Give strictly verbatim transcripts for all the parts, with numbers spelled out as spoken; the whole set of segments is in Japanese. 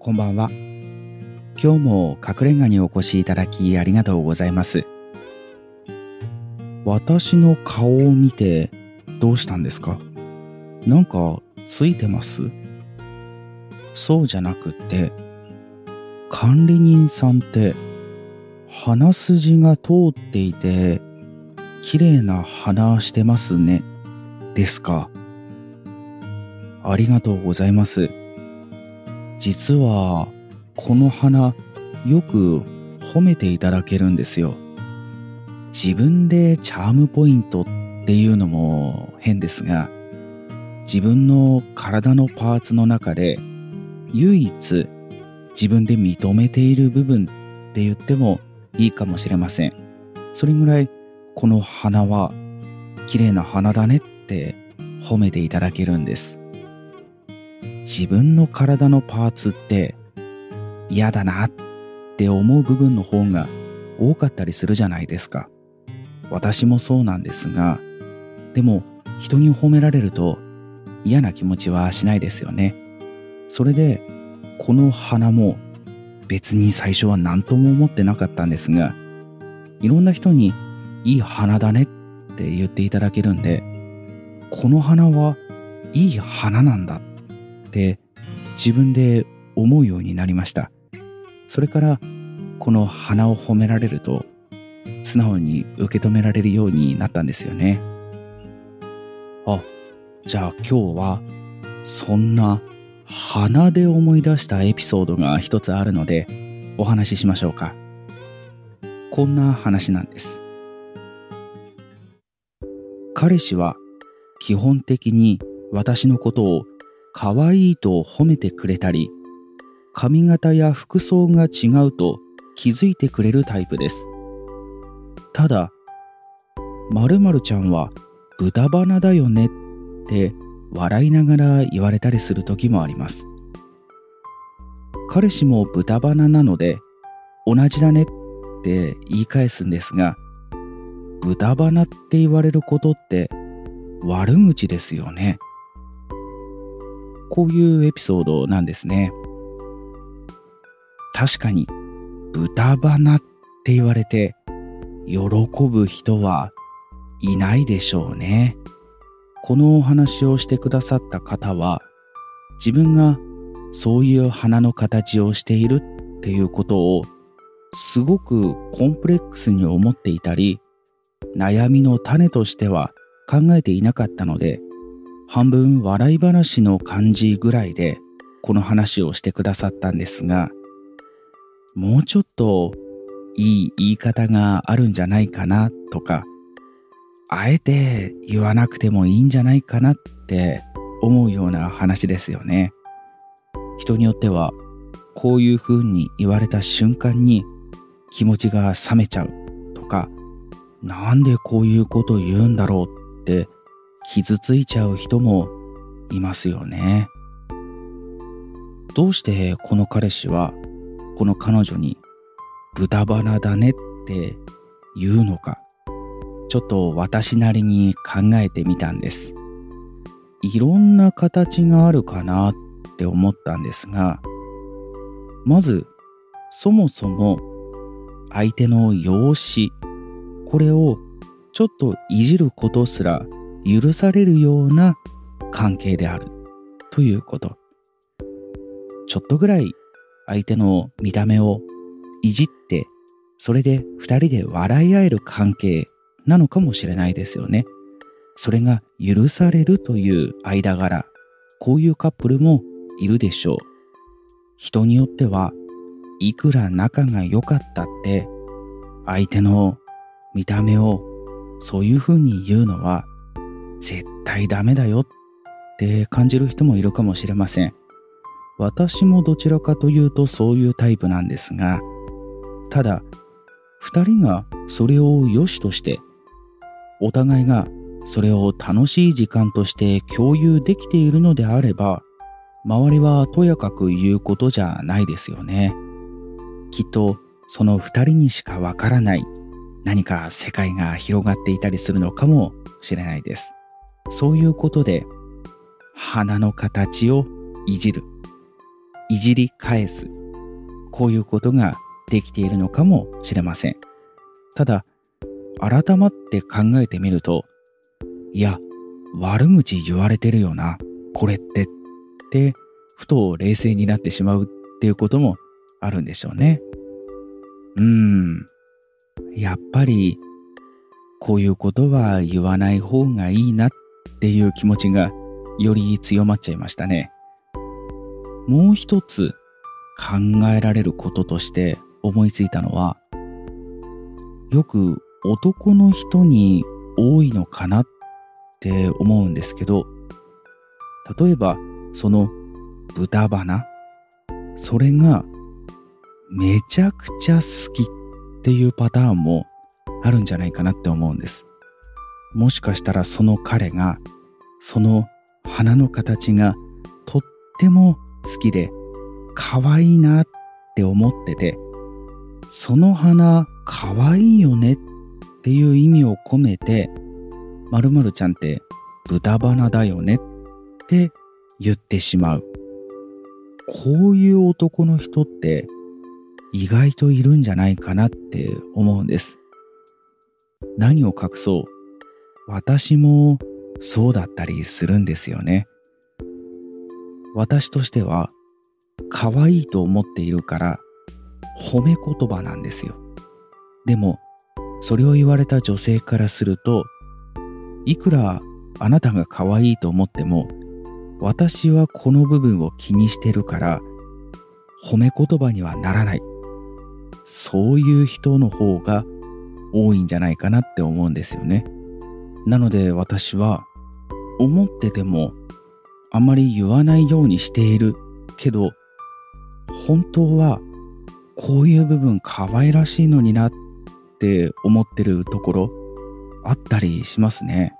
こんばんは。今日も隠れ家にお越しいただきありがとうございます。私の顔を見てどうしたんですか？なんかついてます？そうじゃなくって、管理人さんって鼻筋が通っていて綺麗な鼻してますねですか？ありがとうございます。実はこの鼻よく褒めていただけるんですよ。自分でチャームポイントっていうのも変ですが、自分の体のパーツの中で唯一自分で認めている部分って言ってもいいかもしれません。それぐらいこの鼻は綺麗な鼻だねって褒めていただけるんです。自分の体のパーツって嫌だなって思う部分の方が多かったりするじゃないですか。私もそうなんですが、でも人に褒められると嫌な気持ちはしないですよね。それでこの鼻も別に最初は何とも思ってなかったんですが、いろんな人にいい鼻だねって言っていただけるんで、この鼻はいい鼻なんだって自分で思うようになりました。それからこの鼻を褒められると素直に受け止められるようになったんですよね。あ、じゃあ今日はそんな鼻で思い出したエピソードが一つあるのでお話ししましょうか。こんな話なんです。彼氏は基本的に私のことを可愛いと褒めてくれたり、髪型や服装が違うと気づいてくれるタイプです。ただ、〇〇ちゃんは豚鼻だよねって笑いながら言われたりする時もあります。彼氏も豚鼻なので同じだねって言い返すんですが、豚鼻って言われることって悪口ですよね。こういうエピソードなんですね。確かに豚鼻って言われて喜ぶ人はいないでしょうね。このお話をしてくださった方は、自分がそういう鼻の形をしているっていうことをすごくコンプレックスに思っていたり、悩みの種としては考えていなかったので、半分笑い話の感じぐらいでこの話をしてくださったんですが、もうちょっといい言い方があるんじゃないかなとか、あえて言わなくてもいいんじゃないかなって思うような話ですよね。人によってはこういう風に言われた瞬間に気持ちが冷めちゃうとか、なんでこういうこと言うんだろうって傷ついちゃう人もいますよね。どうしてこの彼氏はこの彼女に豚鼻だねって言うのか、ちょっと私なりに考えてみたんです。いろんな形があるかなって思ったんですが、まずそもそも相手の容姿、これをちょっといじることすら許されるような関係であるということ。ちょっとぐらい相手の見た目をいじって、それで二人で笑い合える関係なのかもしれないですよね。それが許されるという間柄、こういうカップルもいるでしょう。人によってはいくら仲が良かったって相手の見た目をそういう風に言うのは絶対ダメだよって感じる人もいるかもしれません。私もどちらかというとそういうタイプなんですが、ただ二人がそれを良しとしてお互いがそれを楽しい時間として共有できているのであれば、周りはとやかく言うことじゃないですよね。きっとその二人にしかわからない何か世界が広がっていたりするのかもしれないです。そういうことで鼻の形をいじる。 いじり返す、こういうことができているのかもしれません。ただ改まって考えてみると、いや悪口言われてるよなこれってってふと冷静になってしまうっていうこともあるんでしょうね。うーんやっぱりこういうことは言わない方がいいなっていう気持ちがより強まっちゃいましたね。もう一つ考えられることとして思いついたのは、よく男の人に多いのかなって思うんですけど、例えばその豚鼻、それがめちゃくちゃ好きっていうパターンもあるんじゃないかなって思うんです。もしかしたらその彼がその鼻の形がとっても好きで可愛いなって思ってて、その花可愛いよねっていう意味を込めて、〇〇ちゃんって豚鼻だよねって言ってしまう。こういう男の人って意外といるんじゃないかなって思うんです。何を隠そう、私もそうだったりするんですよね。私としては可愛いと思っているから褒め言葉なんですよ。でもそれを言われた女性からすると、いくらあなたが可愛いと思っても私はこの部分を気にしてるから褒め言葉にはならない、そういう人の方が多いんじゃないかなって思うんですよね。なので私は思っててもあまり言わないようにしているけど、本当はこういう部分可愛らしいのになって思ってるところあったりしますね。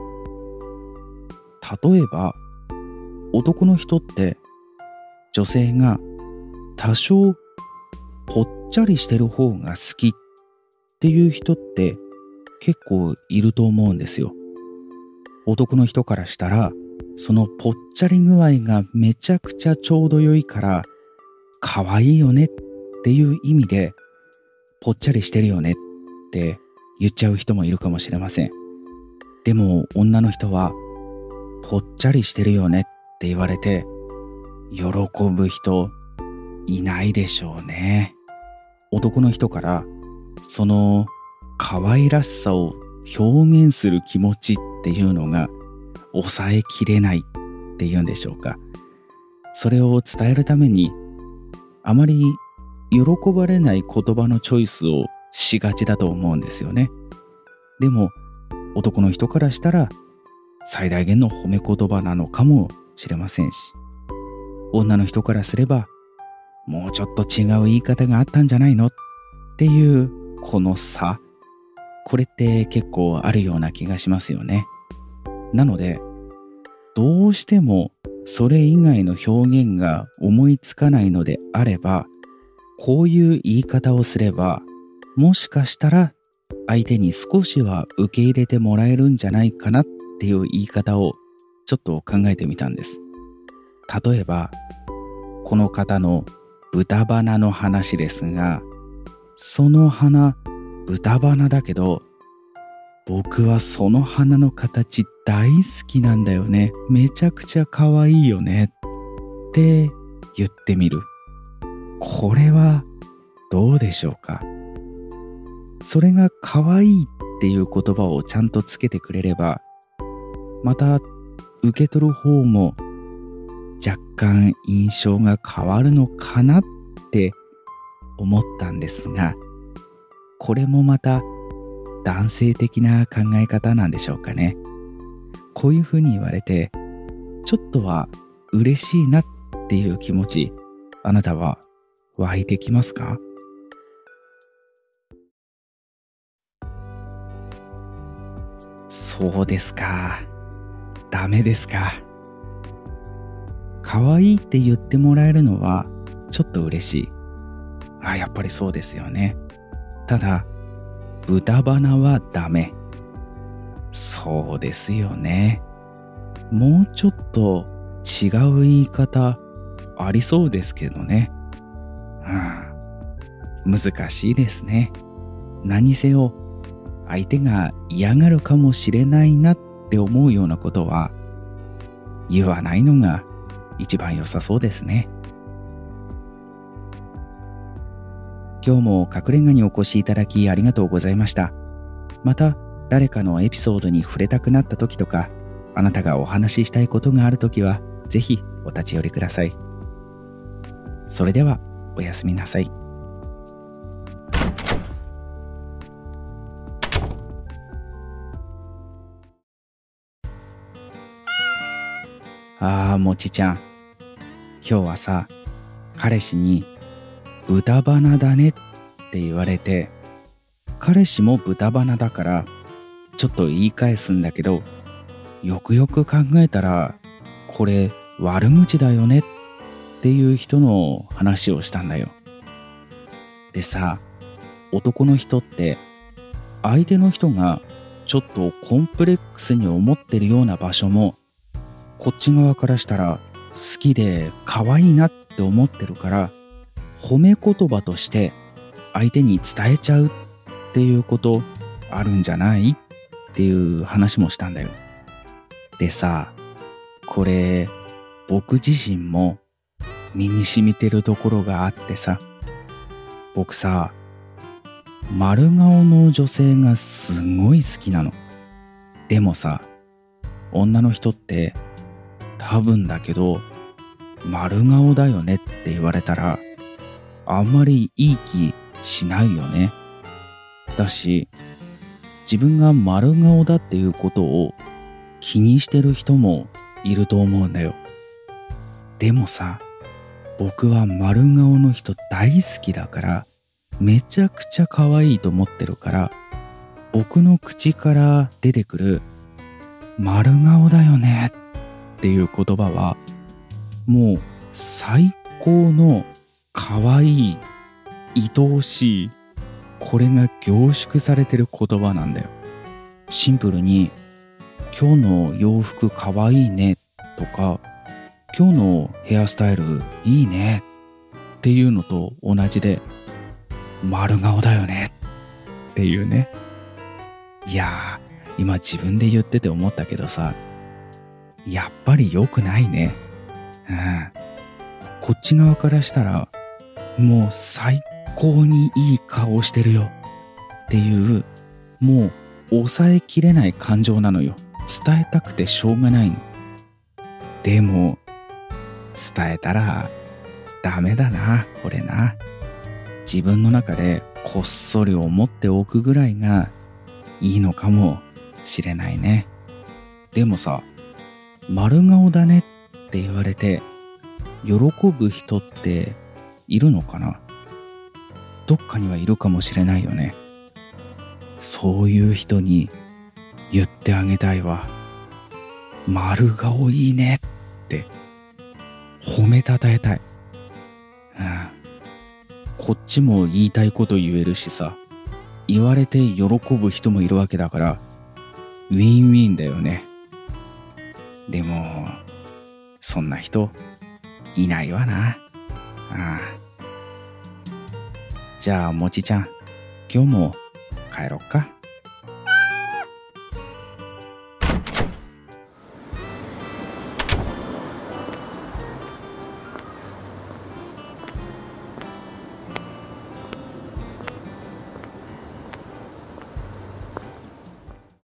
例えば男の人って女性が多少ぽっちゃりしてる方が好きっていう人って結構いると思うんですよ。男の人からしたらそのぽっちゃり具合がめちゃくちゃちょうど良いから可愛いよねっていう意味でぽっちゃりしてるよねって言っちゃう人もいるかもしれません。でも女の人はぽっちゃりしてるよねって言われて喜ぶ人いないでしょうね。男の人からその可愛らしさを表現する気持ちっていうのが抑えきれないっていうんでしょうか。それを伝えるためにあまり喜ばれない言葉のチョイスをしがちだと思うんですよね。でも男の人からしたら最大限の褒め言葉なのかもしれませんし、女の人からすればもうちょっと違う言い方があったんじゃないのっていうこの差、これって結構あるような気がしますよね。なのでどうしてもそれ以外の表現が思いつかないのであれば、こういう言い方をすればもしかしたら相手に少しは受け入れてもらえるんじゃないかなっていう言い方をちょっと考えてみたんです。例えばこの方の豚鼻の話ですが、その花豚鼻だけど僕はその花の形大好きなんだよね、めちゃくちゃ可愛いよねって言ってみる。これはどうでしょうか。それが可愛いっていう言葉をちゃんとつけてくれれば、また受け取る方も若干印象が変わるのかなって思ったんですが、これもまた男性的な考え方なんでしょうかね。こういうふうに言われてちょっとは嬉しいなっていう気持ち、あなたは湧いてきますか？そうですか。ダメですか。可愛いって言ってもらえるのはちょっと嬉しい。あ、やっぱりそうですよね。ただ豚鼻はダメ。そうですよね。もうちょっと違う言い方ありそうですけどね。うん、難しいですね。何せよ相手が嫌がるかもしれないなって思うようなことは言わないのが一番良さそうですね。今日も隠れ家にお越しいただきありがとうございました。また誰かのエピソードに触れたくなった時とか、あなたがお話ししたいことがある時はぜひお立ち寄りください。それではおやすみなさい。ああ、もちちゃん。今日はさ、彼氏に豚鼻だねって言われて、彼氏も豚鼻だからちょっと言い返すんだけど、よくよく考えたらこれ悪口だよねっていう人の話をしたんだよ。でさ、男の人って相手の人がちょっとコンプレックスに思ってるような場所もこっち側からしたら好きで可愛いなって思ってるから、褒め言葉として相手に伝えちゃうっていうことあるんじゃないっていう話もしたんだよ。でさ、これ僕自身も身に染みてるところがあってさ、僕さ、丸顔の女性がすごい好きなの。でもさ、女の人って多分だけど丸顔だよねって言われたらあんまりいい気しないよね。だし、自分が丸顔だっていうことを気にしてる人もいると思うんだよ。でもさ、僕は丸顔の人大好きだから、めちゃくちゃ可愛いと思ってるから、僕の口から出てくる丸顔だよねっていう言葉はもう最高の可愛い、愛おしい、これが凝縮されてる言葉なんだよ。シンプルに今日の洋服かわいいねとか、今日のヘアスタイルいいねっていうのと同じで、丸顔だよねっていうね。いやー、今自分で言ってて思ったけどさ、やっぱり良くないね。うん。こっち側からしたらもう最高にいい顔してるよっていう、もう抑えきれない感情なのよ。伝えたくてしょうがないの。でも伝えたらダメだな、これな。自分の中でこっそり思っておくぐらいがいいのかもしれないね。でもさ、丸顔だねって言われて喜ぶ人っているのかな。どっかにはいるかもしれないよね。そういう人に言ってあげたいわ。丸顔いいねって褒めたたえたい。うん、こっちも言いたいこと言えるしさ、言われて喜ぶ人もいるわけだから、ウィンウィンだよね。でもそんな人いないわな。ああ。じゃあもちちゃん、今日も帰ろっか。